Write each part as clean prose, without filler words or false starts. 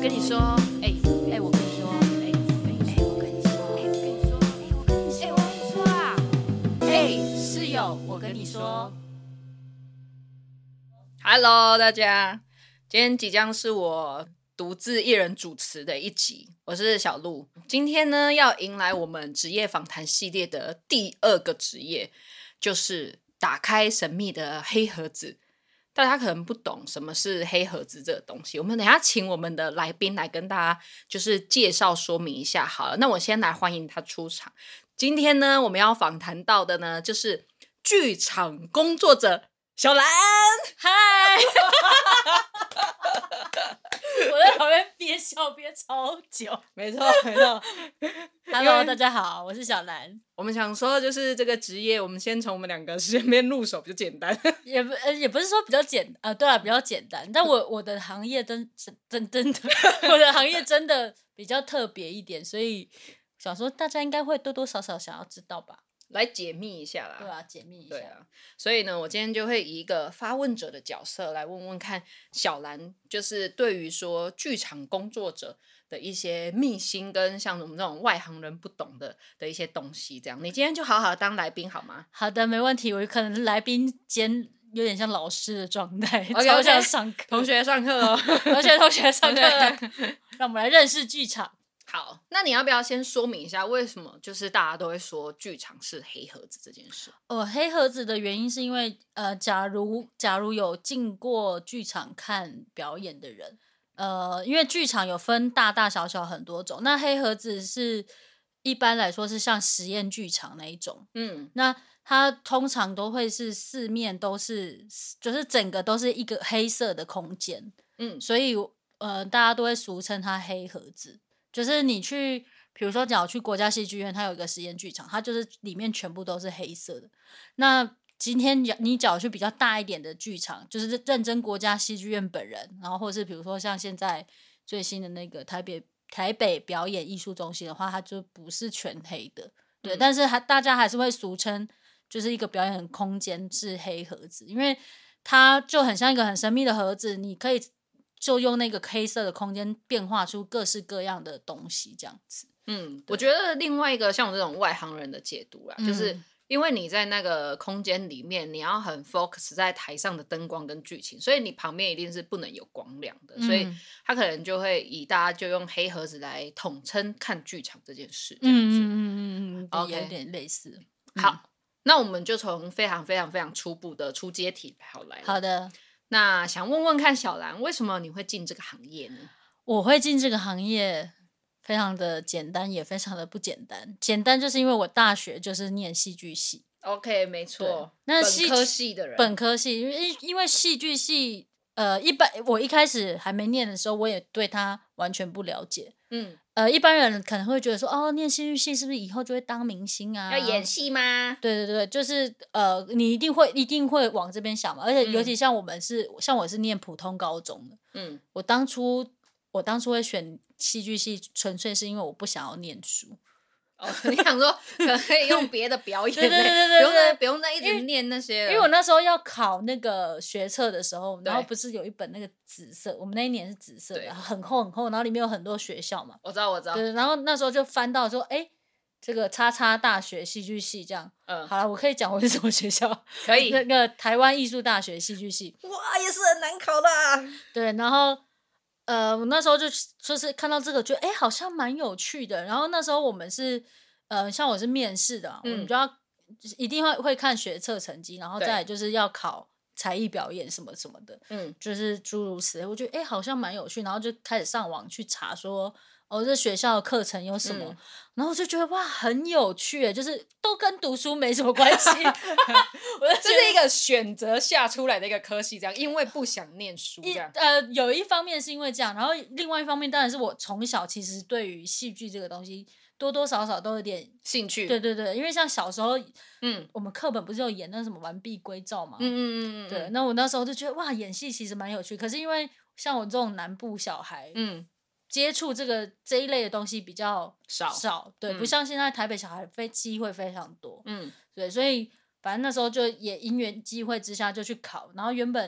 跟你说，我跟你说，我跟你说，我跟你说啊，室友，我跟你说。Hello， 大家，今天即将是我独自一人主持的一集，我是小鹿。今天呢，要迎来我们职业访谈系列的第2个职业，就是打开神秘的黑盒子。大家可能不懂什么是黑盒子这个东西，我们等一下请我们的来宾来跟大家就是介绍说明一下好了。那我先来欢迎他出场。今天呢，我们要访谈到的呢，就是剧场工作者小兰。 嗨我在旁边憋笑憋超久。 没错没错 Hello， 大家好，我是小兰。 我们想说就是这个职业，我们先从我们两个身边入手比较简单。 也不是说比较对啊，比较简单。但我的行业真的，我的行业真的比较特别一点，所以想说大家应该会多多少少想要知道吧。 来解密一下啦。 对啊，解密一下。 对啊，所以呢，我今天就会以一个发问者的角色来问问看小兰，就是对于说剧场工作者的一些秘辛跟像我们这种外行人不懂的一些东西，这样你今天就好好当来宾好吗？ 好的，没问题。我可能来宾兼有点像老师的状态， okay, 超像上课。 同学上课哦。 同学上课了。让我们来认识剧场。 好，那你要不要先说明一下为什么就是大家都会说剧场是黑盒子这件事？ 黑盒子的原因是因为假如有进过剧场看表演的人，因为剧场有分大大小小很多种，那黑盒子是一般来说是像实验剧场那一种，那它通常都会是四面都是，就是整个都是一个黑色的空间，所以大家都会俗称它黑盒子。就是你去，比如说假如去国家戏剧院，它有一个实验剧场，它就是里面全部都是黑色的。那今天你假如去比较大一点的剧场，就是认真国家戏剧院本人，然后或是比如说像现在最新的那个台北表演艺术中心的话，它就不是全黑的，对，但是大家还是会俗称就是一个表演空间是黑盒子，因为它就很像一个很神秘的盒子，你可以就用那个黑色的空间变化出各式各样的东西，这样子。 我觉得另外一个像我这种外行人的解读啦，就是因为你在那个空间里面，你要很 focus 在台上的灯光跟剧情，所以你旁边一定是不能有光亮的，所以他可能就会以大家就用黑盒子来统称看剧场这件事。 Okay. 有点类似。 好，那我们就从非常非常非常初步的初阶题来了。 好的。 那想问问看小兰，为什么你会进这个行业呢？ 我会进这个行业非常的简单，也非常的不简单。简单就是因为我大学就是念戏剧系。 OK， 没错。 那本科系的人， 本科系，因为戏剧系一般我一开始还没念的时候，我也对它完全不了解。一般人可能会觉得说，念戏剧系是不是以后就会当明星啊？ 要演戏吗？ 对对对，就是你一定会往这边想嘛。而且尤其像我是念普通高中的，我当初会选戏剧系，纯粹是因为我不想要念书。 你想说可以用别的表演， 对， 不用再一直念那些了。 因为我那时候要考那个学测的时候，然后不是有一本那个紫色，我们那一年是紫色的，很厚很厚，然后里面有很多学校嘛。 我知道。 对，然后那时候就翻到说，这个叉叉大学戏剧系这样。好了，我可以讲我是什么学校？ 可以。 那个台湾艺术大学戏剧系。 哇，也是很难考的啊。 对，然后我那时候就是看到这个，觉得好像蛮有趣的。然后那时候我们是像我是面试的嘛，我们就要一定会看学测成绩，然后再来就是要考才艺表演什么什么的，就是诸如此类。我觉得好像蛮有趣，然后就开始上网去查说这学校的课程有什么，然后就觉得哇很有趣，就是都跟读书没什么关系。 这是一个选择下出来的一个科系，这样因为不想念书这样。 有一方面是因为这样，然后另外一方面当然是我从小其实对于戏剧这个东西多多少少都有点兴趣。 对对对，因为像小时候我们课本不是有演那什么完璧归赵嘛，对，那我那时候就觉得哇演戏其实蛮有趣，可是因为像我这种南部小孩接触这一类的东西比较少，对，不像现在台北小孩机会非常多，对，所以反正那时候就也因缘机会之下就去考，然后原本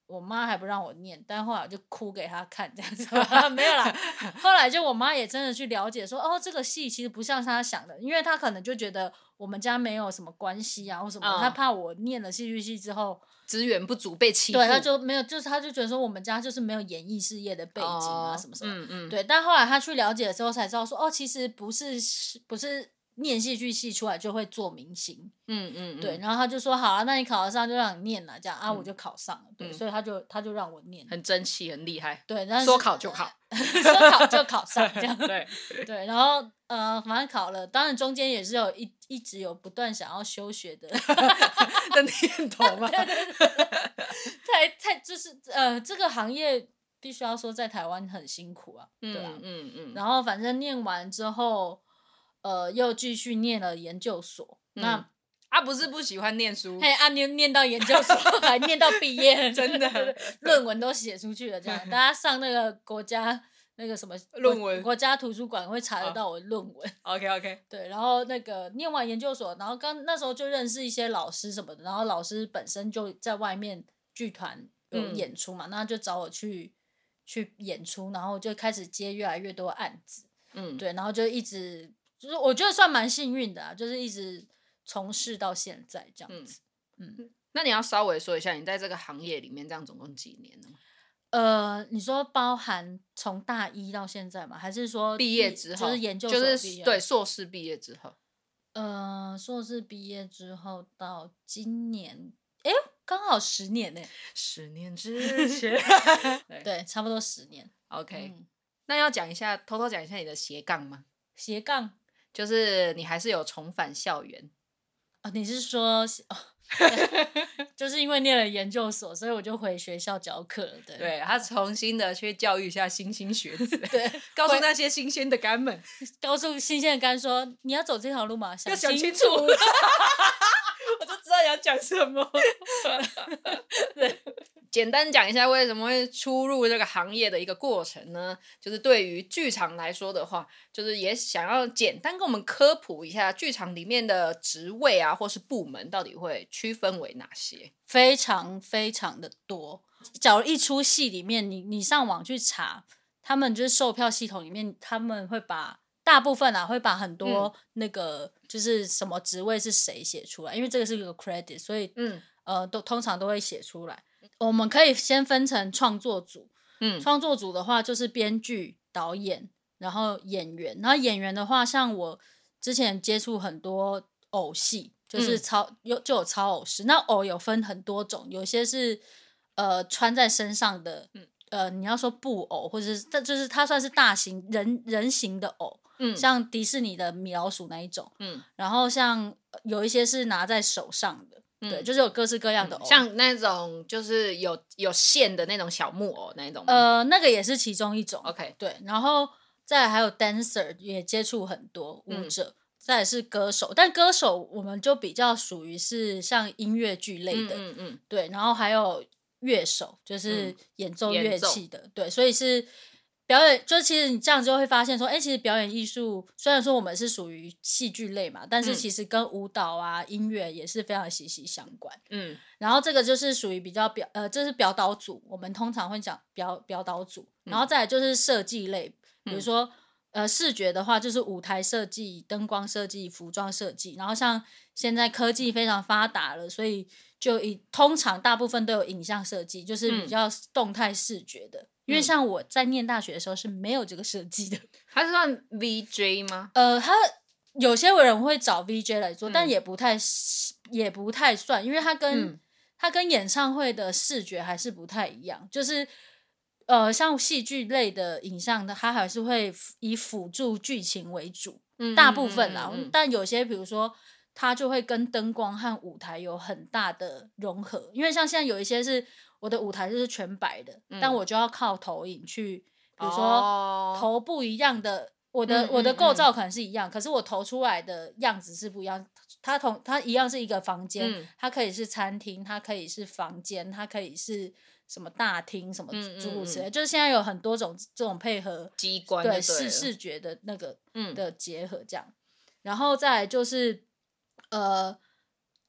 我妈还不让我念，但后来我就哭给她看这样子没有啦。后来就我妈也真的去了解说，哦，这个戏其实不像她想的，因为她可能就觉得我们家没有什么关系啊或什么，她怕我念了戏剧系之后资源不足被欺负， 对，她就没有，就是她就觉得说我们家就是没有演艺事业的背景啊什么什么，对。但后来她去了解了之后才知道说，哦，其实不是念戏剧系出来就会做明星，对。然后他就说好啊，那你考得上就让你念了，这样啊，我就考上了，对。所以他就让我念， 很争气，很厉害， 对。但是说考就考， 说考就考上，这样对对。然后反正考了，当然中间也是有一直有不断想要休学的念头嘛， 太就是这个行业必须要说在台湾很辛苦啊，对啊，然后反正念完之后。又继续念了研究所，那不是不喜欢念书， 念到研究所还念到毕业， 真的论文都写出去了，这样大家上那个国家那个什么论文国家图书馆会查得到我的论文。 OK 对，然后那个念完研究所，然后那时候就认识一些老师什么的，然后老师本身就在外面剧团有演出嘛，那就找我去演出，然后就开始接越来越多案子，对，然后就一直。就是我觉得算蛮幸运的啊，就是一直从事到现在这样子。 那你要稍微说一下，你在这个行业里面这样总共几年呢？ 你说包含从大一到现在吗？还是说毕业之后？ 就是研究所毕业， 就是对硕士毕业之后。 硕士毕业之后到今年，刚好10年呢。 10年之前， 对，差不多10年。 OK，那要讲一下，偷偷讲一下你的斜杠吗？ 斜杠。 就是你还是有重返校园你是说就是因为念了研究所，所以我就回学校教课了， 对，他重新的去教育一下新兴学子， 对， 告诉那些新鲜的肝们， 告诉新鲜的肝说，你要走这条路吗？ 要想清楚。我就知道你要讲什么。对，简单讲一下为什么会出入这个行业的一个过程呢？就是对于剧场来说的话，就是也想要简单跟我们科普一下剧场里面的职位啊，或是部门到底会区分为哪些？ 非常非常的多。假如一出戏里面，你上网去查，他们就是售票系统里面，他们会把大部分会把很多那个就是什么职位是谁写出来，因为这个是一个 credit， 所以通常都会写出来。我们可以先分成创作组，创作组的话就是编剧、导演，然后演员。然后演员的话，像我之前接触很多偶戏，就是就有操偶师。那偶有分很多种，有些是穿在身上的，你要说布偶，或者是就是它算是大型人形的偶，像迪士尼的米老鼠那一种，然后像有一些是拿在手上的。对，就是有各式各样的偶， 像那种就是有线的那种小木偶那种那个也是其中一种。 OK， 对，然后再来还有 dancer 也接触很多舞者，再来是歌手，但歌手我们就比较属于是像音乐剧类的，对，然后还有乐手，就是演奏乐器的，对，所以是。表演就其实你这样就会发现说，其实表演艺术虽然说我们是属于戏剧类嘛，但是其实跟舞蹈啊、音乐也是非常息息相关。然后这个就是属于比较这是表导组，我们通常会讲表导组，然后再来就是设计类，比如说视觉的话就是舞台设计、灯光设计、服装设计，然后像现在科技非常发达了，所以就通常大部分都有影像设计，就是比较动态视觉的。因为像我在念大学的时候是没有这个设计的。 它是算 VJ 吗？ 他有些人会找 VJ 来做，但也不太算，因为它跟演唱会的视觉还是不太一样。就是像戏剧类的影像的，它还是会以辅助剧情为主，大部分啦。但有些比如说，它就会跟灯光和舞台有很大的融合，因为像现在有一些是。我的舞台就是全白的，但我就要靠投影去，比如说投不一样的，我的构造可能是一样，可是我投出来的样子是不一样。它一样是一个房间，它可以是餐厅，它可以是房间，它可以是什么大厅，什么诸如此类。就是现在有很多种这种配合机关对视觉的那个的结合这样，然后再来就是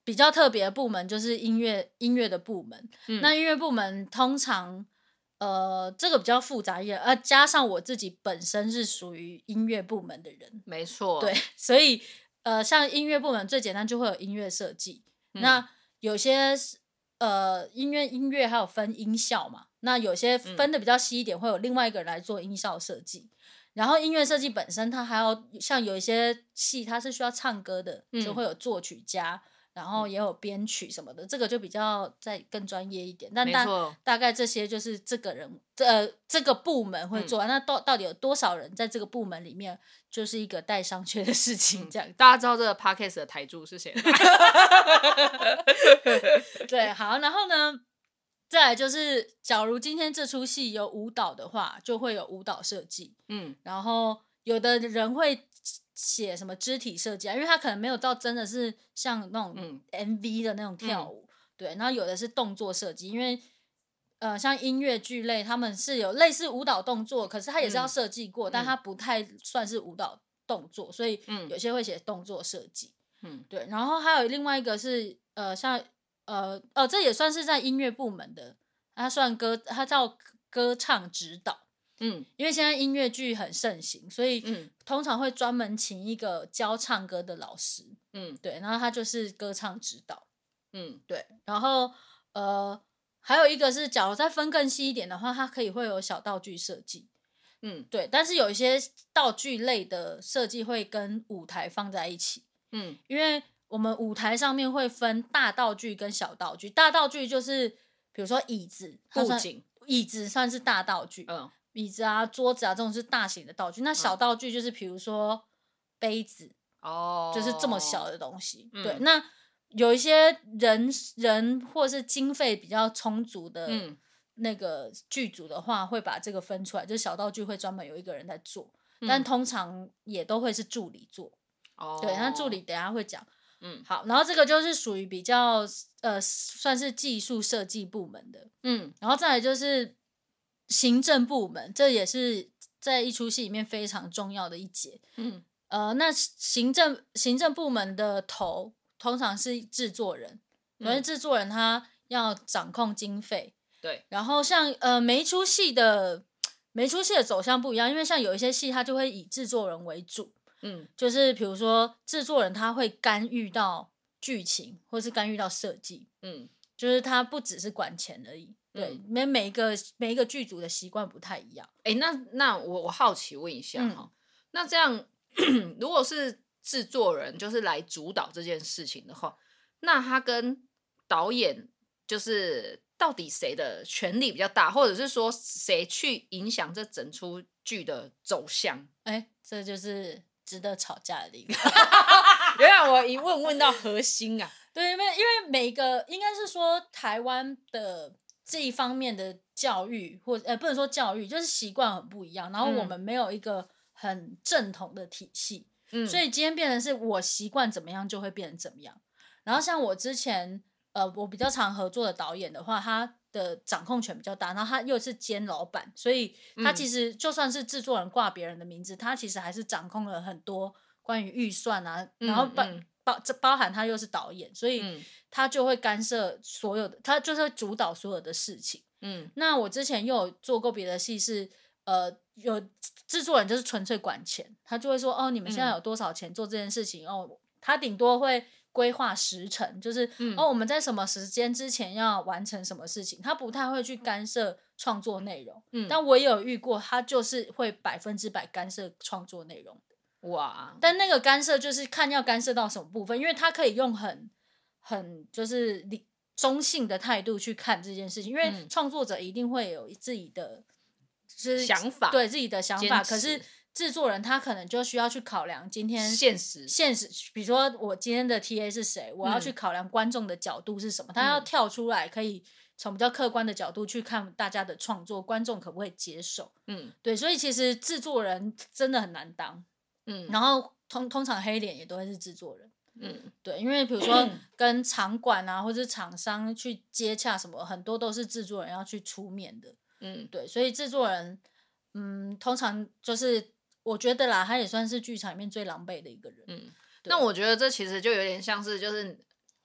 比较特别的部门就是音乐的部门。那音乐部门通常这个比较复杂一点，加上我自己本身是属于音乐部门的人， 没错， 对，所以像音乐部门最简单就会有音乐设计，那有些音乐还有分音效嘛，那有些分的比较细一点，会有另外一个人来做音效设计。然后音乐设计本身，它还要像有一些戏，它是需要唱歌的，就会有作曲家，然后也有编曲什么的，这个就比较再更专业一点。但大概这些就是这个人这个部门会做。那到底有多少人在这个部门里面，就是一个待商榷的事情。这样大家知道这个 podcast 的台柱是谁吗？ 对，好，然后呢？再来就是，假如今天这出戏有舞蹈的话，就会有舞蹈设计。然后有的人会写什么肢体设计啊，因为他可能没有到真的是像那种MV 的那种跳舞，对。然后有的是动作设计，因为像音乐剧类，他们是有类似舞蹈动作，可是他也是要设计过，但他不太算是舞蹈动作，所以有些会写动作设计。对。然后还有另外一个是像。这也算是在音乐部门的，它叫歌唱指导。因为现在音乐剧很盛行，所以通常会专门请一个教唱歌的老师。对，然后他就是歌唱指导。对，然后还有一个是，假如再分更细一点的话，它会有小道具设计。对，但是有一些道具类的设计会跟舞台放在一起。因为我们舞台上面会分大道具跟小道具，大道具就是比如说椅子， 布景， 椅子算是大道具，椅子啊、桌子啊这种是大型的道具。那小道具就是比如说杯子，就是这么小的东西。对，那有一些人或是经费比较充足的那个剧组的话，会把这个分出来，就是小道具会专门有一个人在做，但通常也都会是助理做。对，那助理等一下会讲。好，然后这个就是属于比较算是技术设计部门的。然后再来就是行政部门，这也是在一出戏里面非常重要的一节。那行政部门的头通常是制作人，因为制作人他要掌控经费。 对， 然后像每一出戏的走向不一样，因为像有一些戏他就会以制作人为主。就是比如说制作人他会干预到剧情，或是干预到设计。就是他不只是管钱而已。对，每一个剧组的习惯不太一样。 那我好奇问一下哈，那这样如果是制作人就是来主导这件事情的话，那他跟导演就是到底谁的权力比较大，或者是说谁去影响这整出剧的走向？ 这就是值得吵架的地方。 原来我一问到核心啊。 对，因为每一个应该是说台湾的这一方面的教育，或不能说教育，就是习惯很不一样，然后我们没有一个很正统的体系。所以今天变成是我习惯怎么样就会变成怎么样。然后像我之前我比较常合作的导演的话，他的掌控权比较大，然后他又是兼老板，所以他其实就算是制作人挂别人的名字，他其实还是掌控了很多关于预算啊，然后包含他又是导演，所以他就会干涉所有的，他就是会主导所有的事情。那我之前又有做过别的戏是有制作人就是纯粹管钱，他就会说你们现在有多少钱做这件事情，他顶多会规划时程，就是我们在什么时间之前要完成什么事情，他不太会去干涉创作内容。但我也有遇过他就是会100%干涉创作内容的。 哇！ 但那个干涉就是看要干涉到什么部分，因为他可以用很就是中性的态度去看这件事情，因为创作者一定会有自己的就是想法， 对自己的想法，可是制作人他可能就需要去考量今天现实， 比如说我今天的 TA 是谁，我要去考量观众的角度是什么，他要跳出来可以从比较客观的角度去看大家的创作，观众可不可以接受。对，所以其实制作人真的很难当。然后通常黑脸也都会是制作人。对，因为比如说跟场馆啊或者是厂商去接洽什么，很多都是制作人要去出面的。对，所以制作人通常就是我觉得啦，他也算是剧场里面最狼狈的一个人。 那我觉得这其实就有点像是就是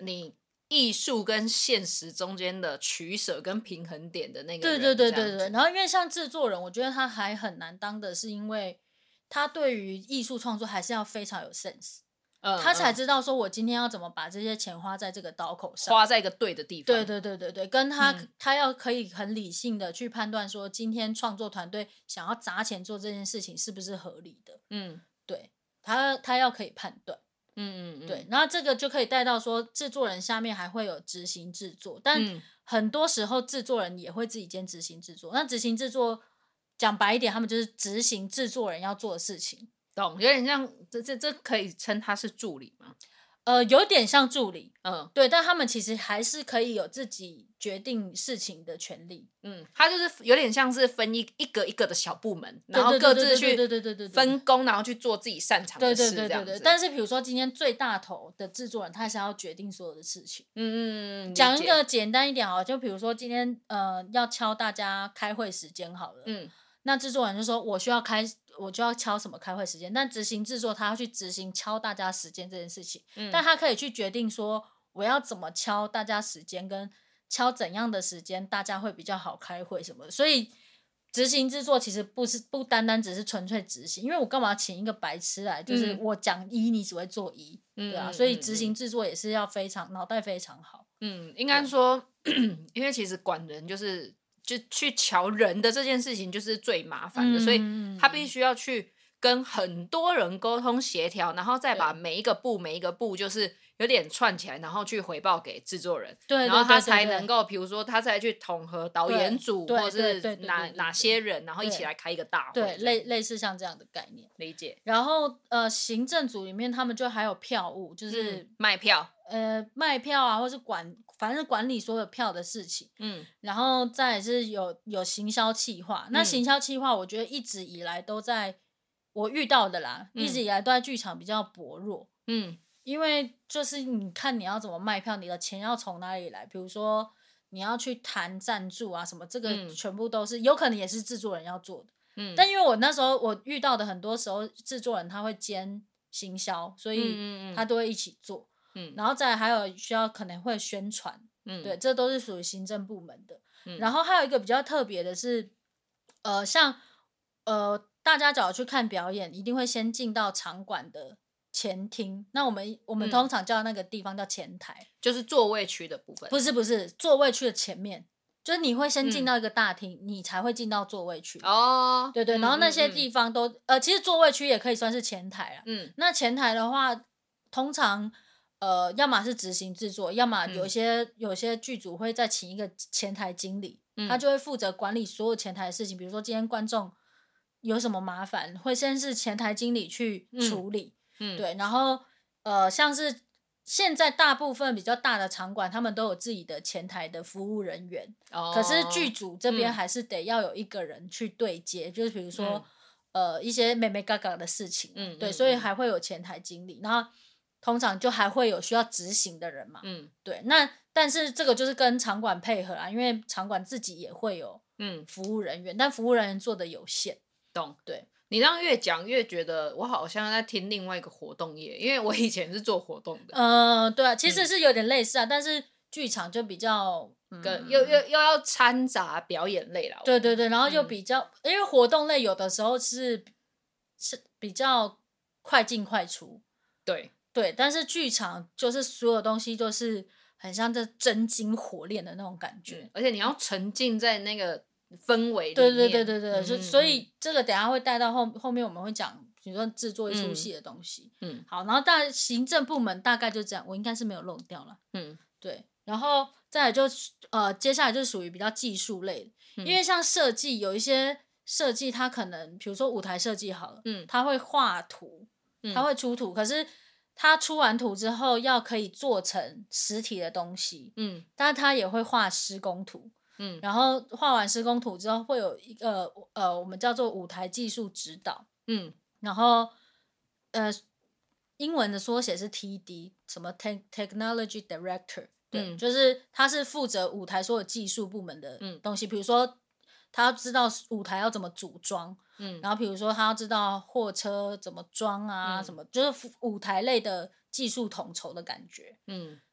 你艺术跟现实中间的取舍跟平衡点的那个对人。 对对对对。然后因为像制作人，我觉得他还很难当的是，因为他对于艺术创作还是要非常有 sense。他才知道说我今天要怎么把这些钱花在这个刀口上， 花在一个对的地方。 对对对对对，跟他要可以很理性的去判断说，今天创作团队想要砸钱做这件事情是不是合理的。对，他要可以判断。对，然后这个就可以带到说，制作人下面还会有执行制作，但很多时候制作人也会自己兼执行制作。那执行制作讲白一点，他们就是执行制作人要做的事情。 懂，有点像这可以称他是助理吗？ 有点像助理，对，但他们其实还是可以有自己决定事情的权利。 他就是有点像是分一个一个的小部门，然后各自去分工，然后去做自己擅长的事，这样子。 但是比如说今天最大头的制作人，他是要决定所有的事情。讲一个简单一点就比如说今天要敲大家开会时间好了。那制作人就说我就要敲什么开会时间，但执行制作他要去执行敲大家时间这件事情。但他可以去决定说我要怎么敲大家时间，跟敲怎样的时间大家会比较好开会什么的。所以执行制作其实不单单只是纯粹执行，因为我干嘛请一个白痴来，就是我讲一你只会做一，对啊。所以执行制作也是要脑袋非常好。 应该说因为其实管人就去瞧人的这件事情就是最麻烦的，所以他必须要去跟很多人沟通协调，然后再把每一个步就是有点串起来，然后去回报给制作人。 对， 然后他才能够比如说他才去统合导演组或者是哪些人，然后一起来开一个大会。 对，类似像这样的概念。 理解。 然后行政组里面他们就还有票务，就是卖票。 卖票啊，或是反正管理所有票的事情。然后再来是有行销企划。那行销企划我觉得一直以来都在我遇到的啦，一直以来都在剧场比较薄弱。因为就是你看你要怎么卖票，你的钱要从哪里来，比如说你要去谈赞助啊什么，这个全部都是有可能也是制作人要做的。但因为我那时候我遇到的很多时候制作人他会兼行销，所以他都会一起做。然后再来还有需要可能会宣传。对，这都是属于行政部门的。然后还有一个比较特别的是像大家只要去看表演一定会先进到场馆的前厅，那我们通常叫那个地方叫前台， 就是座位区的部分。 不是座位区的前面，就是你会先进到一个大厅，你才会进到座位区。对对，然后那些地方都其实座位区也可以算是前台啦。那前台的话通常要么是执行制作，要么有些剧组会再请一个前台经理，他就会负责管理所有前台的事情。比如说今天观众有什么麻烦，会先是前台经理去处理。对，然后像是现在大部分比较大的场馆，他们都有自己的前台的服务人员。可是剧组这边还是得要有一个人去对接，就是比如说一些妹妹嘎嘎的事情。对，所以还会有前台经理，然后通常就还会有需要执行的人嘛。对，但是这个就是跟场馆配合啦，因为场馆自己也会有服务人员，但服务人员做的有限。 懂。 对， 你这样越讲越觉得我好像在听另外一个活动业，因为我以前是做活动的。 对啊，其实是有点类似啊，但是剧场就比较又要掺杂表演类啦。 对对对，然后又比较因为活动类有的时候是比较快进快出。对，但是剧场就是所有东西都是很像这真金火炼的那种感觉。 而且你要沉浸在那个氛围里面。对，所以这个等一下会带到后面我们会讲，比如说制作一出戏的东西。好，然后大概行政部门大概就这样，我应该是没有漏掉了。对，然后再来就接下来就属于比较技术类的。因为像设计有一些设计它可能比如说舞台设计好了，它会画图，它会出图，可是他出完图之后要可以做成实体的东西。但是他也会画施工图。然后画完施工图之后会有一个我们叫做舞台技术指导。然后英文的缩写是 TD， 什么 Technology Director。对，就是他是负责舞台所有技术部门的东西。比如说他要知道舞台要怎么组装。然后比如说他要知道货车怎么装啊，什么就是舞台类的技术统筹的感觉。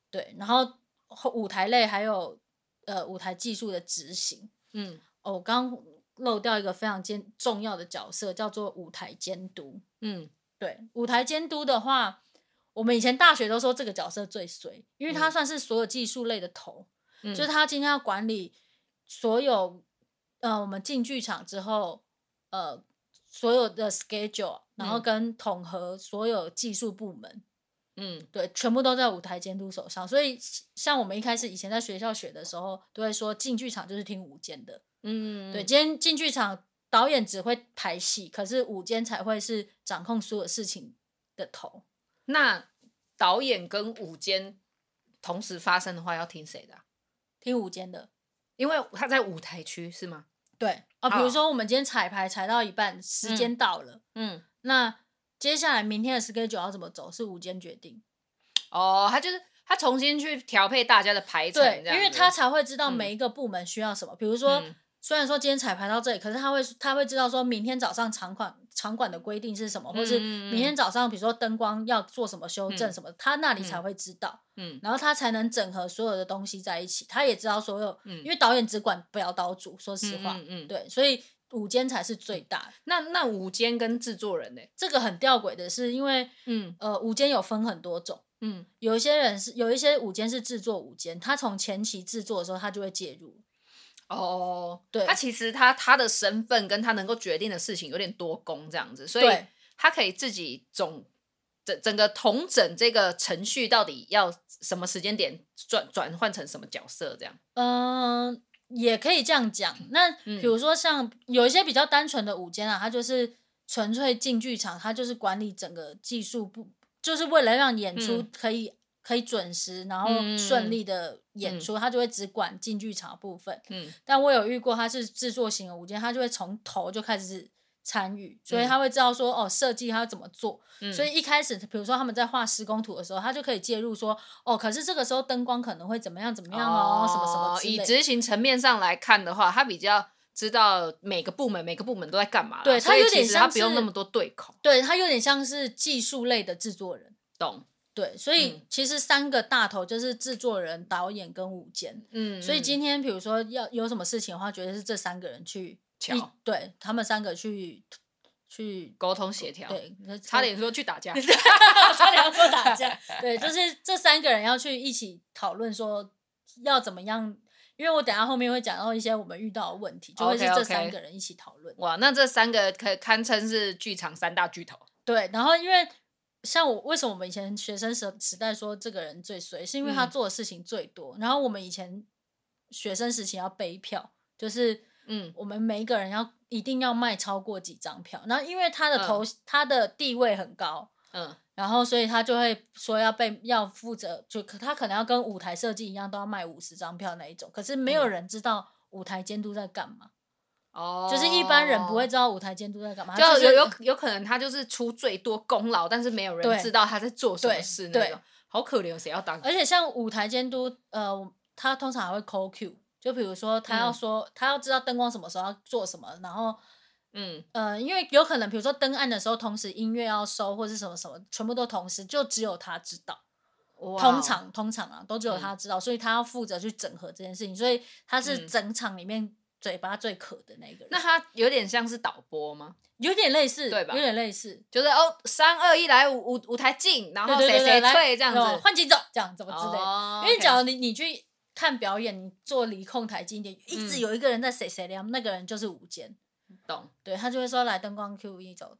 对，然后舞台类还有舞台技术的执行。我刚刚漏掉一个非常重要的角色，叫做舞台监督。对，舞台监督的话，我们以前大学都说这个角色最衰，因为他算是所有技术类的头，就是他今天要管理所有我们进剧场之后所有的 schedule， 然后跟统合所有技术部门。对，全部都在舞台监督手上，所以像我们一开始以前在学校学的时候，都会说进剧场就是听舞监的。对，今天进剧场，导演只会排戏，可是舞监才会是掌控所有事情的头。 那导演跟舞监同时发生的话，要听谁的？ 听舞监的， 因为他在舞台区是吗？ 对比如说我们今天彩排彩到一半，时间到了，那接下来明天的 schedule 要怎么走是舞监决定。 他就是他重新去调配大家的排程， 对，因为他才会知道每一个部门需要什么。比如说，虽然说今天彩排到这里，可是他会知道说明天早上场馆的规定是什么，或是明天早上比如说灯光要做什么修正什么，他那里才会知道。然后他才能整合所有的东西在一起。他也知道所有，因为导演只管表导组，说实话，对，所以舞监才是最大的。 那舞监跟制作人呢？ 这个很吊诡的是，因为舞监有分很多种。有一些舞监是制作舞监，他从前期制作的时候他就会介入。对， 他其实他的身份跟他能够决定的事情有点多工这样子，所以他可以自己整个统整这个程序到底要什么时间点转换成什么角色这样。 也可以这样讲。那比如说像有一些比较单纯的舞监啊，他就是纯粹进剧场，他就是管理整个技术部，就是为了让演出可以准时然后顺利的演出，他就会只管进剧场的部分。但我有遇过他是制作型的舞监，他就会从头就开始参与，所以他会知道说设计他要怎么做。所以一开始比如说他们在画施工图的时候，他就可以介入说可是这个时候灯光可能会怎么样怎么样什么什么之类的。 以执行层面上来看的话，他比较知道每个部门都在干嘛啦。 对，他有点像是， 所以其实他不用那么多对口。 对，他有点像是技术类的制作人。 懂。 对，所以其实三个大头就是制作人、导演跟舞监。所以今天比如说要有什么事情的话，觉得是这三个人去对，他们三个去沟通协调。 对， 差点说去打架。 差点要说打架。对，就是这三个人要去一起讨论说要怎么样。因为我等一下后面会讲到一些我们遇到的问题，就会是这三个人一起讨论。 哇，那这三个可以堪称是剧场三大巨头。 对，然后因为像为什么我们以前学生时代说这个人最衰，是因为他做的事情最多。然后我们以前学生时期要备票，就是我们每一个人一定要卖超过几张票。然后因为他的地位很高，然后所以他就会说要负责，他可能要跟舞台设计一样，都要卖50张票那一种。可是没有人知道舞台监督在干嘛。就是一般人不会知道舞台监督在干嘛， 就有可能他就是出最多功劳，但是没有人知道他在做什么事那种。好可怜，谁要当？ 而且像舞台监督，他通常还会 call cue， 就比如说他要知道灯光什么时候要做什么，然后因为有可能比如说灯暗的时候，同时音乐要收或是什么什么，全部都同时，就只有他知道。通常啊，都只有他知道，所以他要负责去整合这件事情，所以他是整场里面嘴巴最可的那个人。 那他有点像是导播吗？ 有点类似， 对吧？ 有点类似， 就是3、2、1来舞台进，然后谁退这样子， 换景走这样怎么之类的。因为假如你去看表演，你坐离控台近一点，一直有一个人在谁亮，那个人就是舞监。 懂。 对，他就会说来灯光 Q1 走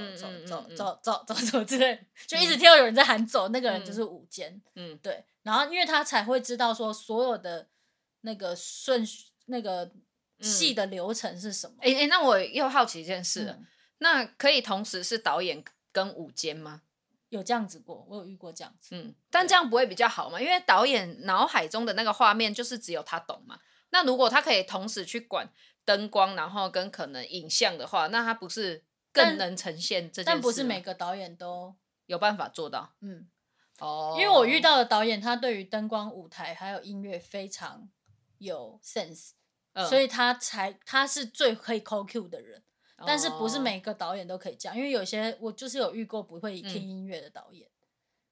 之类，就一直听到有人在喊走，那个人就是舞监。对。然后因为他才会知道说所有的那个顺序那个戏的流程是什么。 那我又好奇一件事，那可以同时是导演跟舞监吗？ 有这样子过，我有遇过这样子。 但这样不会比较好吗？因为导演脑海中的那个画面就是只有他懂嘛。那如果他可以同时去管灯光，然后跟可能影像的话，那他不是更能呈现这件事吗？ 但不是每个导演都有办法做到。 因为我遇到的导演，他对于灯光、舞台还有音乐非常有 sense，所以他是最可以 call cue 的人。但是不是每个导演都可以这样，因为有些我就是有遇过不会听音乐的导演。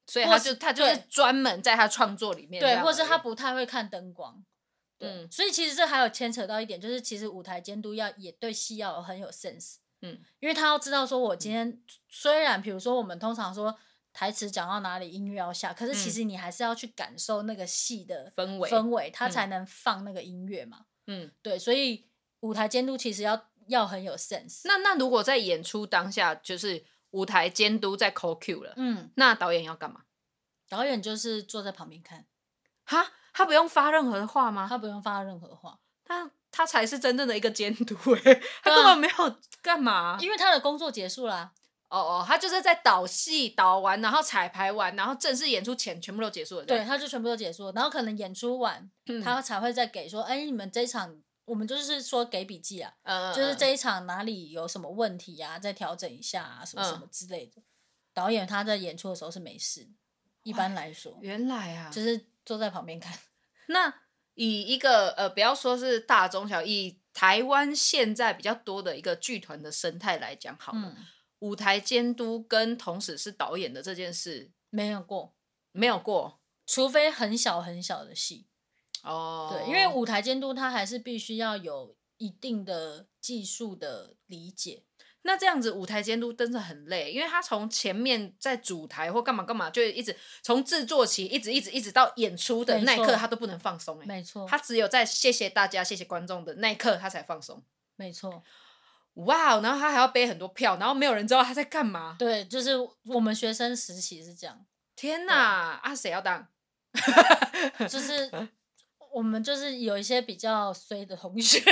所以他就是专门在他创作里面对，或是他不太会看灯光。所以其实这还有牵扯到一点，就是其实舞台监督也对戏要很有 sense。因为他要知道说，我今天虽然比如说我们通常说台词讲到哪里，音乐要下，可是其实你还是要去感受那个戏的氛围，他才能放那个音乐嘛。对，所以舞台监督其实要很有 sense。 那如果在演出当下，就是舞台监督在 call Q 了，那导演要干嘛？ 导演就是坐在旁边看。 哈，他不用发任何的话吗？ 他不用发任何话。 他才是真正的一个监督他根本没有干嘛， 因为他的工作结束啦。 他就是在导戏导完，然后彩排完，然后正式演出前全部都结束了。 对，他就全部都结束了，然后可能演出完，他才会再给说，你们这一场，我们就是说给笔记啊，就是这一场哪里有什么问题啊，再调整一下啊，什么什么之类的。导演他在演出的时候是没事，一般来说。 原来啊， 就是坐在旁边看。 那以一个不要说是大中小，以台湾现在比较多的一个剧团的生态来讲好了，舞台监督跟同时是导演的这件事没有过，除非很小很小的戏。对，因为舞台监督他还是必须要有一定的技术的理解。 那这样子舞台监督真的很累，因为他从前面在主台或干嘛干嘛，就一直从制作起一直到演出的那一刻他都不能放松。 没错， 他只有在谢谢大家谢谢观众的那一刻他才放松。 没错。 哇，然后他还要背很多票，然后没有人知道他在干嘛。 对，就是我们学生时期是这样。 天哪，谁要当？ 就是我们就是有一些比较衰的同学。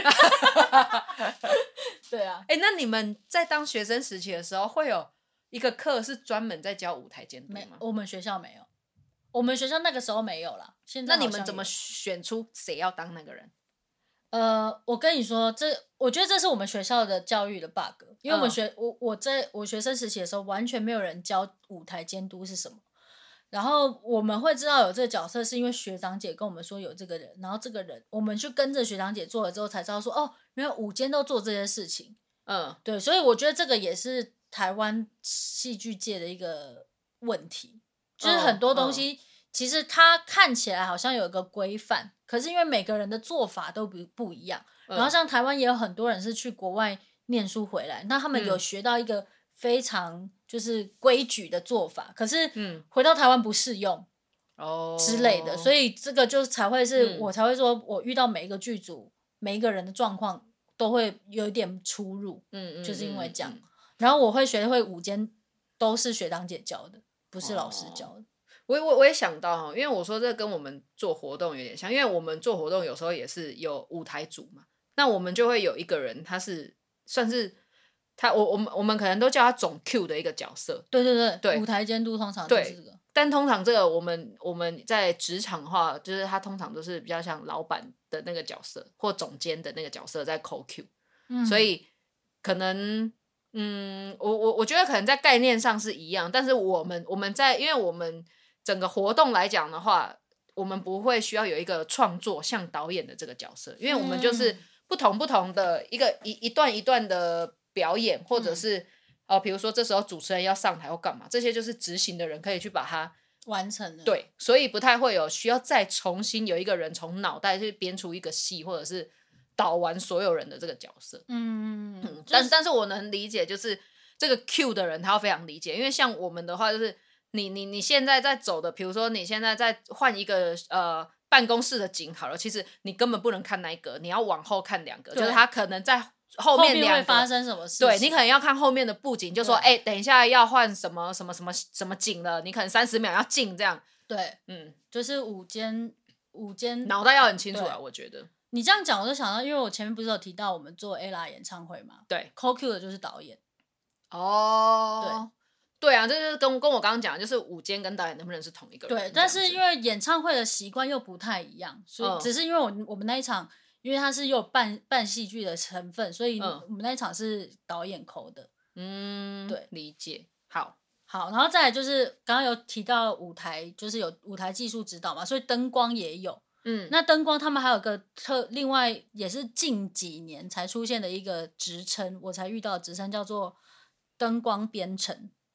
对啊。 那你们在当学生时期的时候，会有一个课是专门在教舞台监督吗？ 我们学校没有，我们学校那个时候没有啦。现在那你们怎么选出谁要当那个人？ 我跟你说，我觉得这是我们学校的教育的 bug， 因为我在我学生时期的时候，完全没有人教舞台监督是什么。然后我们会知道有这个角色，是因为学长姐跟我们说有这个人，然后这个人我们去跟着学长姐做了之后，才知道说原来舞监都做这些事情。对，所以我觉得这个也是台湾戏剧界的一个问题，就是很多东西其实它看起来好像有一个规范，可是因为每个人的做法都不一样。然后像台湾也有很多人是去国外念书回来，那他们有学到一个非常就是规矩的做法，可是回到台湾不适用之类的，所以这个就才会是我才会说我遇到每一个剧组每一个人的状况都会有一点出入。就是因为这样。然后我会学会舞监都是学长姐教的，不是老师教的。 我也想到，因为我说这跟我们做活动有点像，因为我们做活动有时候也是有舞台组嘛，那我们就会有一个人他是算是我们可能都叫他总 Q 的一个角色。 对，舞台监督通常就是这个。 但通常这个我们在职场的话，就是他通常都是比较像老板的那个角色或总监的那个角色在 call Q。所以可能我觉得可能在概念上是一样，但是我们在因为我们整个活动来讲的话，我们不会需要有一个创作像导演的这个角色，因为我们就是不同的一段一段的表演，或者是比如说这时候主持人要上台或干嘛，这些就是执行的人可以去把它完成了。 对，所以不太会有需要再重新有一个人从脑袋去编出一个戏，或者是导完所有人的这个角色。但是我能理解，就是这个 Q 的人他要非常理解，因为像我们的话就是你现在在走的，比如说你现在在换一个办公室的景好了，其实你根本不能看那一个，你要往后看2个，就是他可能在后面2个会发生什么事情。 对，你可能要看后面的布景，就说等一下要换什么景了，你可能30秒要进这样。 对，就是舞监脑袋要很清楚啊，我觉得。 你这样讲我就想到，因为我前面不是有提到我们做 Ella 演唱会嘛， 对 ，call Q 的就是导演。 对啊，这就是跟我刚刚讲的，就是舞监跟导演能不能是同一个人。 对，但是因为演唱会的习惯又不太一样，所以只是因为我们那一场，因为它是有半戏剧的成分，所以我们那一场是导演call的。对， 理解。好， 然后再来就是刚刚有提到舞台，就是有舞台技术指导嘛，所以灯光也有。那灯光他们还有个另外也是近几年才出现的一个职称，我才遇到的职称叫做灯光编程。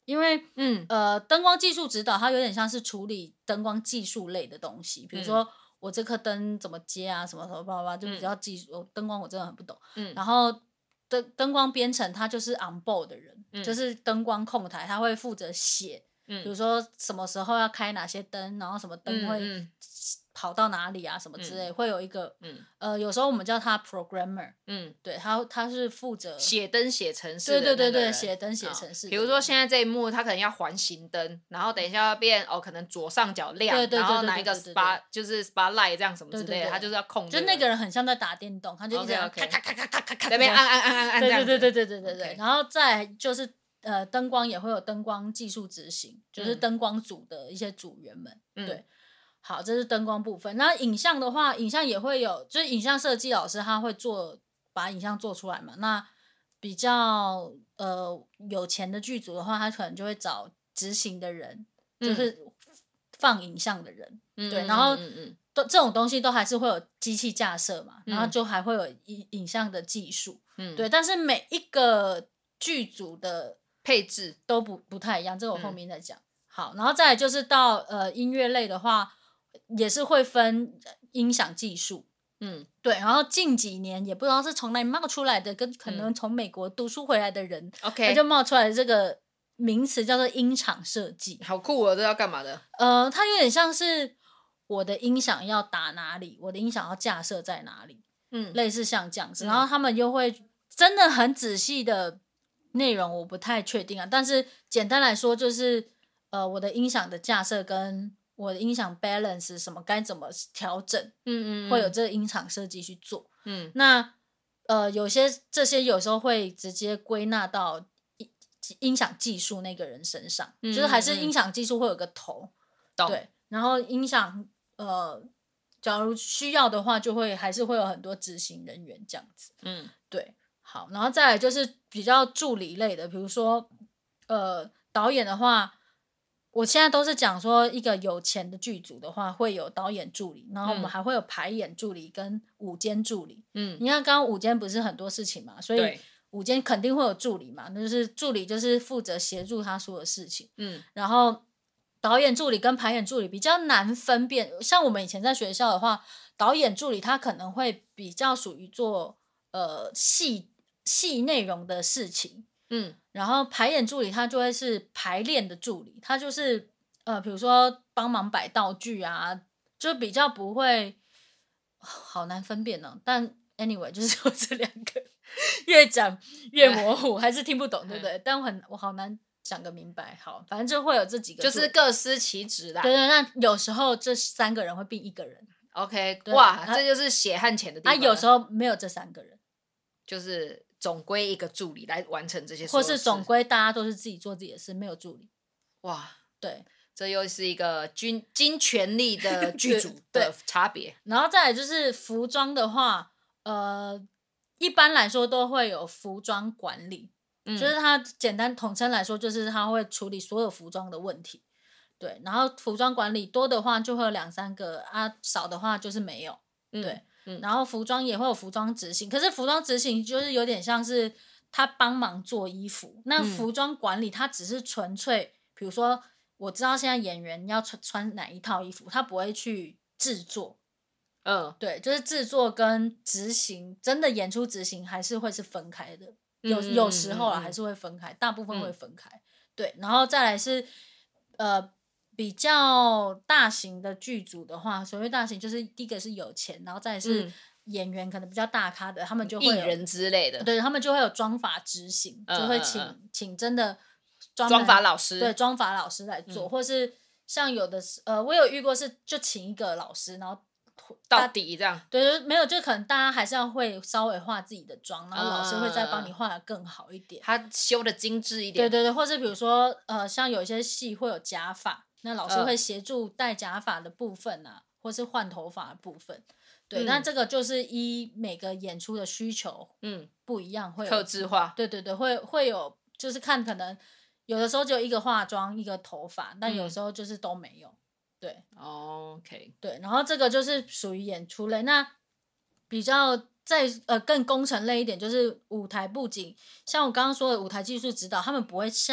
因为灯光技术指导它有点像是处理灯光技术类的东西，比如说我这颗灯怎么接啊，什么什么叭叭，就比较技术。灯光我真的很不懂。然后灯光编程它就是 on board 的人，就是灯光控台，他会负责写。比如说什么时候要开哪些灯，然后什么灯会跑到哪里啊，什么之类，会有一个有时候我们叫他 programmer，对，他是负责写灯写程式的对，写灯写程式。 比如说现在这一幕，他可能要环形灯，然后等一下要变可能左上角亮，然后拿一个 spotlight 这样什么之类的，他就是要控。 就那个人很像在打电动，他就一直咔咔咔咔咔咔咔那边按这样。 对，然后再就是灯光也会有灯光技术执行，就是灯光组的一些组员们。对，好，这是灯光部分。那影像的话，影像也会有，就是影像设计老师他会把影像做出来嘛。那比较有钱的剧组的话，他可能就会找执行的人，就是放影像的人。对，然后这种东西都还是会有机器架设嘛，然后就还会有影像的技术。对，但是每一个剧组的配置都不太一样，这个我后面再讲。好，然后再来就是到音乐类的话，也是会分音响技术。对，然后近几年也不知道是从哪里冒出来的，跟可能从美国读书回来的人，他就冒出来这个名词叫做音场设计。 好酷哦，这要干嘛的？ 它有点像是我的音响要打哪里，我的音响要架设在哪里，类似像这样子。然后他们又会真的很仔细的内容我不太确定啊，但是简单来说就是我的音响的架设跟我的音响 balance 什么该怎么调整，会有这个音场设计去做。那这些有时候会直接归纳到音响技术那个人身上，就是还是音响技术会有个头，对，然后音响假如需要的话，就会还是会有很多执行人员这样子。对，好，然后再来就是比较助理类的，比如说导演的话，我现在都是讲说一个有钱的剧组的话会有导演助理，然后我们还会有排演助理跟舞监助理。你看刚刚舞监不是很多事情嘛，所以舞监肯定会有助理嘛，那就是助理就是负责协助他所有事情。然后导演助理跟排演助理比较难分辨，像我们以前在学校的话，导演助理他可能会比较属于做戏内容的事情。然后排演助理他就会是排练的助理，他就是比如说帮忙摆道具啊，就比较不会，好难分辨哦。但 anyway 就是有这两个，越讲越模糊，还是听不懂，对不对？但我好难讲个明白。好，反正就会有这几个， 就是各司其职啦。 对，那有时候这3个人会并1个人。 OK， 哇，这就是血和钱的地方。 有时候没有这3个人， 就是总归一个助理来完成这些事， 或是总归大家都是自己做自己的事，没有助理。 哇， 对， 这又是一个尽全力的剧组的差别。 然后再来就是服装的话，一般来说都会有服装管理，就是它简单统称来说，就是他会处理所有服装的问题。对，然后服装管理多的话就会有2-3个啊，少的话就是没有。对。然后服装也会有服装执行，可是服装执行就是有点像是他帮忙做衣服，那服装管理他只是纯粹，比如说我知道现在演员要穿哪一套衣服，他不会去制作。对，就是制作跟执行，真的演出执行还是会是分开的，有时候还是会分开，大部分会分开。对，然后再来是比较大型的剧组的话，所谓大型就是第一个是有钱，然后再来是演员可能比较大咖的，他们就会有艺人之类的， 对，他们就会有妆发执行，就会请真的妆发老师， 对，妆发老师来做，或是像有的我有遇过是就请一个老师，然后到底这样， 对，没有，就可能大家还是要会稍微化自己的妆，然后老师会再帮你画的更好一点， 他修的精致一点， 对，或是比如说像有一些戏会有假发。那老师会协助戴假发的部分啊，或是换头发的部分，对，那这个就是依每个演出的需求，不一样，会有客制化， 对，会有，就是看可能有的时候只有一个化妆，一个头发，但有时候就是都没有，对 ，OK， 对，然后这个就是属于演出类，那比较再更工程类一点，就是舞台布景，像我刚刚说的舞台技术指导，他们不会下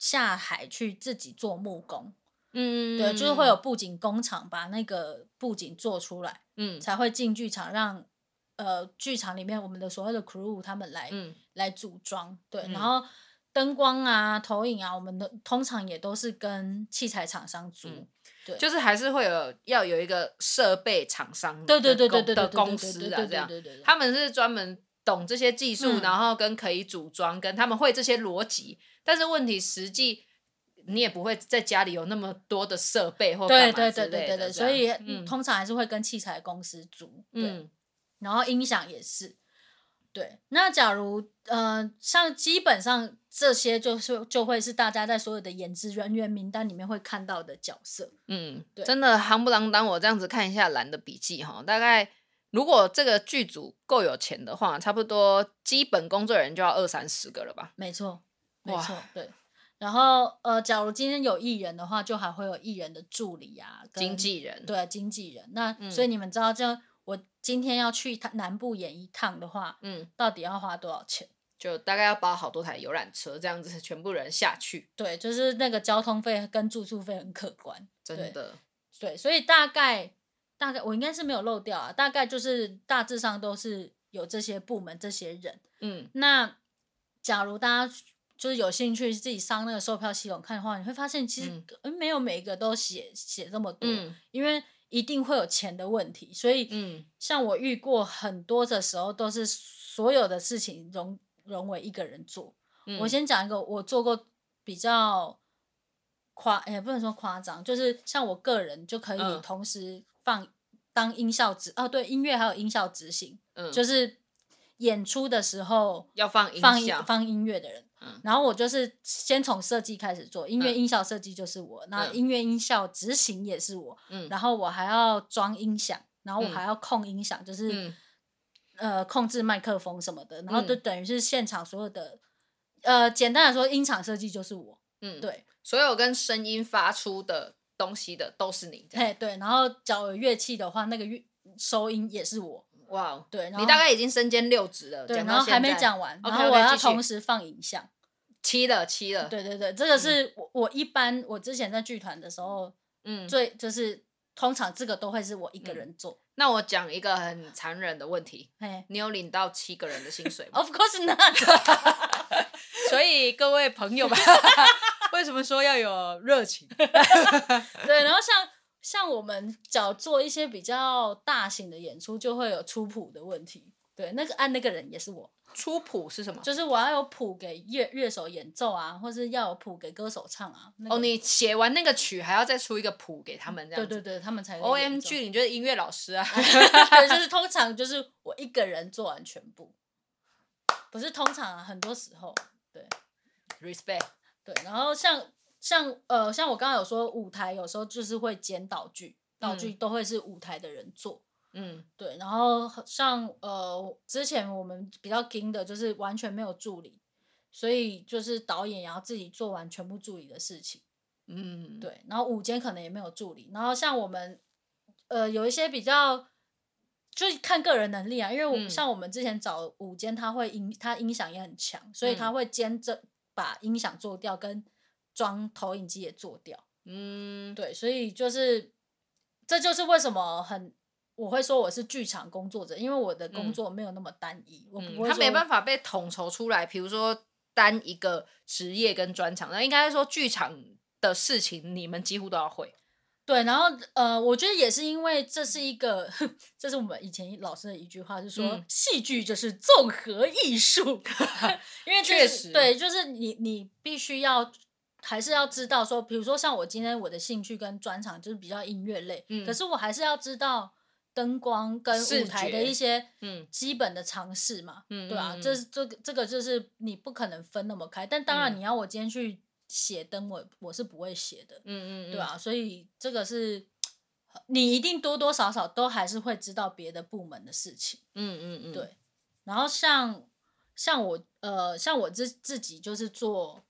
下海去自己做木工。 对， 就是会有布景工厂把那个布景做出来，才会进剧场让剧场里面我们的所谓的 crew 他们来组装。对，然后灯光啊、投影啊，我们的通常也都是跟器材厂商租。对， 就是还是会要有一个设备厂商对的公司啊，这样，他们是专门懂这些技术，然后跟可以组装，跟他们会这些逻辑，但是问题实际你也不会在家里有那么多的设备或干嘛之类的， 所以通常还是会跟器材公司租。对，然后音响也是。对，那假如像基本上这些就会是大家在所有的演职人员名单里面会看到的角色。对， 真的夯不啷当，我这样子看一下蓝的笔记哈，大概如果这个剧组够有钱的话，差不多基本工作人员就要20-30个了吧？ 没错，对。然后假如今天有艺人的话，就还会有艺人的助理啊， 经纪人。 对，经纪人。那所以你们知道，就我今天要去南部演一趟的话，到底要花多少钱？ 就大概要包好多台游览车，这样子全部人下去。 对，就是那个交通费跟住宿费很可观， 真的。 对，所以大概我应该是没有漏掉啊，大概就是大致上都是有这些部门这些人。那假如大家就是有兴趣自己上那个售票系统看的话，你会发现其实没有每一个都写这么多，因为一定会有钱的问题，所以像我遇过很多的时候都是所有的事情融为一个人做。我先讲一个我做过比较不能说夸张，就是像我个人就可以同时当音效对，音乐还有音效执行，就是演出的时候要放音乐的人。然后我就是先从设计开始做，音乐音效设计就是我，然后音乐音效执行也是我，然后我还要装音响，然后我还要控音响，就是控制麦克风什么的，然后就等于是现场所有的简单来说音场设计就是我。对， 所有跟声音发出的东西的都是你。 对，然后假如有乐器的话，那个收音也是我。 哇， 对， 你大概已经身兼6职了。 对，然后还没讲完，然后我要同时放影像。 7了。 对，这个是我一般我之前在剧团的时候，就是通常这个都会是我一个人做。 那我讲一个很残忍的问题，你有领到7个人的薪水吗 ？Of course not 。 所以各位朋友们，为什么说要有热情？ 对，然后像我们做一些比较大型的演出，就会有出谱的问题。对，按那个人也是我。 出谱是什么？ 就是我要有谱给乐手演奏啊，或是要有谱给歌手唱啊。 你写完那个曲还要再出一个谱给他们这样子。 对，他们才。 OMG， 你就是音乐老师啊？ 对，就是通常就是我一个人做完全部，不是通常啊，很多时候对。 Respect。 对，然后像我刚刚有说舞台有时候就是会兼道具都会是舞台的人做。对，然后像之前我们比较硬的就是完全没有助理，所以就是导演也要自己做完全部助理的事情。对，然后舞间可能也没有助理，然后像我们有一些比较就是看个人能力啊，因为像我们之前找舞间，他音响也很强，所以他会兼着把音响做掉，跟装投影机也做掉。对，所以这就是为什么我会说我是剧场工作者，因为我的工作没有那么单一，我不会他没办法被统筹出来，比如说单一个职业跟专长，那应该说剧场的事情你们几乎都要会。 对，然后我觉得也是因为这是这是我们以前老师的一句话，是说戏剧就是综合艺术，因为确实对，就是你必须还是要知道说，比如说像我今天我的兴趣跟专长就是比较音乐类，可是我还是要知道灯光跟舞台的一些基本的常识嘛，对吧？这个就是你不可能分那么开，但当然你要我今天去写灯，我是不会写的，对吧？所以这个是你一定多多少少都还是会知道别的部门的事情，对。然后像我自己就是做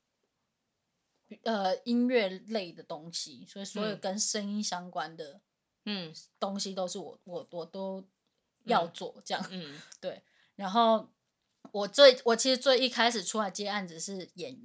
音乐类的东西，所以所有跟声音相关的东西都是我都要做这样，对。然后我其实最一开始出来接案子是演员，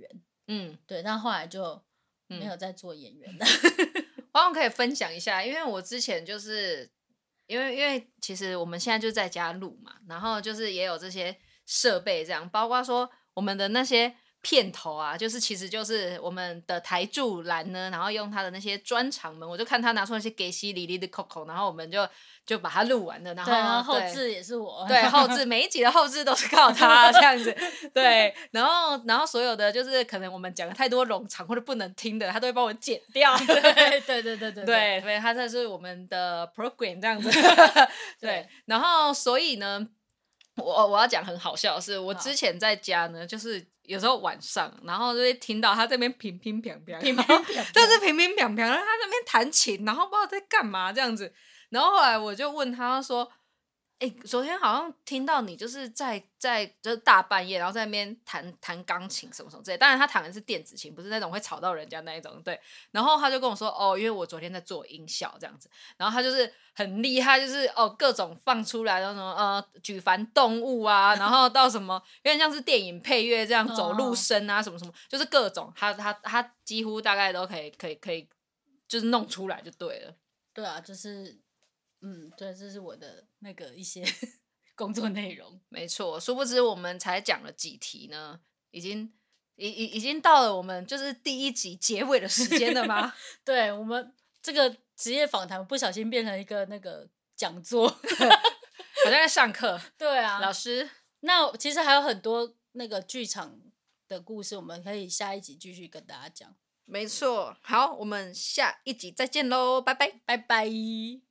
对，但后来就没有再做演员了。 我好像可以分享一下，因为我之前就是因为其实我们现在就在家录嘛，然后就是也有这些设备这样，包括说我们的那些片头啊，其实就是我们的台柱栏呢，然后用他的那些专长们，我就看他拿出那些给西里里的 Coco， 然后我们就把它录完了，然后后置也是我， 对，后置每一集的后置都是靠他这样子，对，然后所有的就是可能我们讲的太多冗长或者不能听的，他都会帮我剪掉，对，所以他这是我们的 program 这样子，对，然后所以呢。我要讲很好笑的是，我之前在家呢，就是有时候晚上，然后就会听到他这边乒乒乓乓，这是乒乒乓乓，然后他那边弹琴，然后不知道在干嘛这样子。然后后来我就问他说：“昨天好像听到你就是在就是大半夜，然后在那边弹钢琴什么什么之类。当然他弹的是电子琴，不是那种会吵到人家那一种。对，然后他就跟我说：因为我昨天在做音效这样子。然后他就是很厉害，就是各种放出来的那种举凡动物啊，然后到什么有点像是电影配乐这样走路声啊什么什么，就是各种他几乎大概都可以就是弄出来就对了。 对啊，就是对，这是我的那个一些工作内容。 没错，殊不知我们才讲了几题呢，已经到了我们就是第一集结尾的时间了吗？ 对，我们这个职业访谈不小心变成一个那个讲座，好像在上课。 对啊， 老师， 那其实还有很多那个剧场的故事，我们可以下一集继续跟大家讲。 没错，好，我们下一集再见喽，拜拜， 拜拜。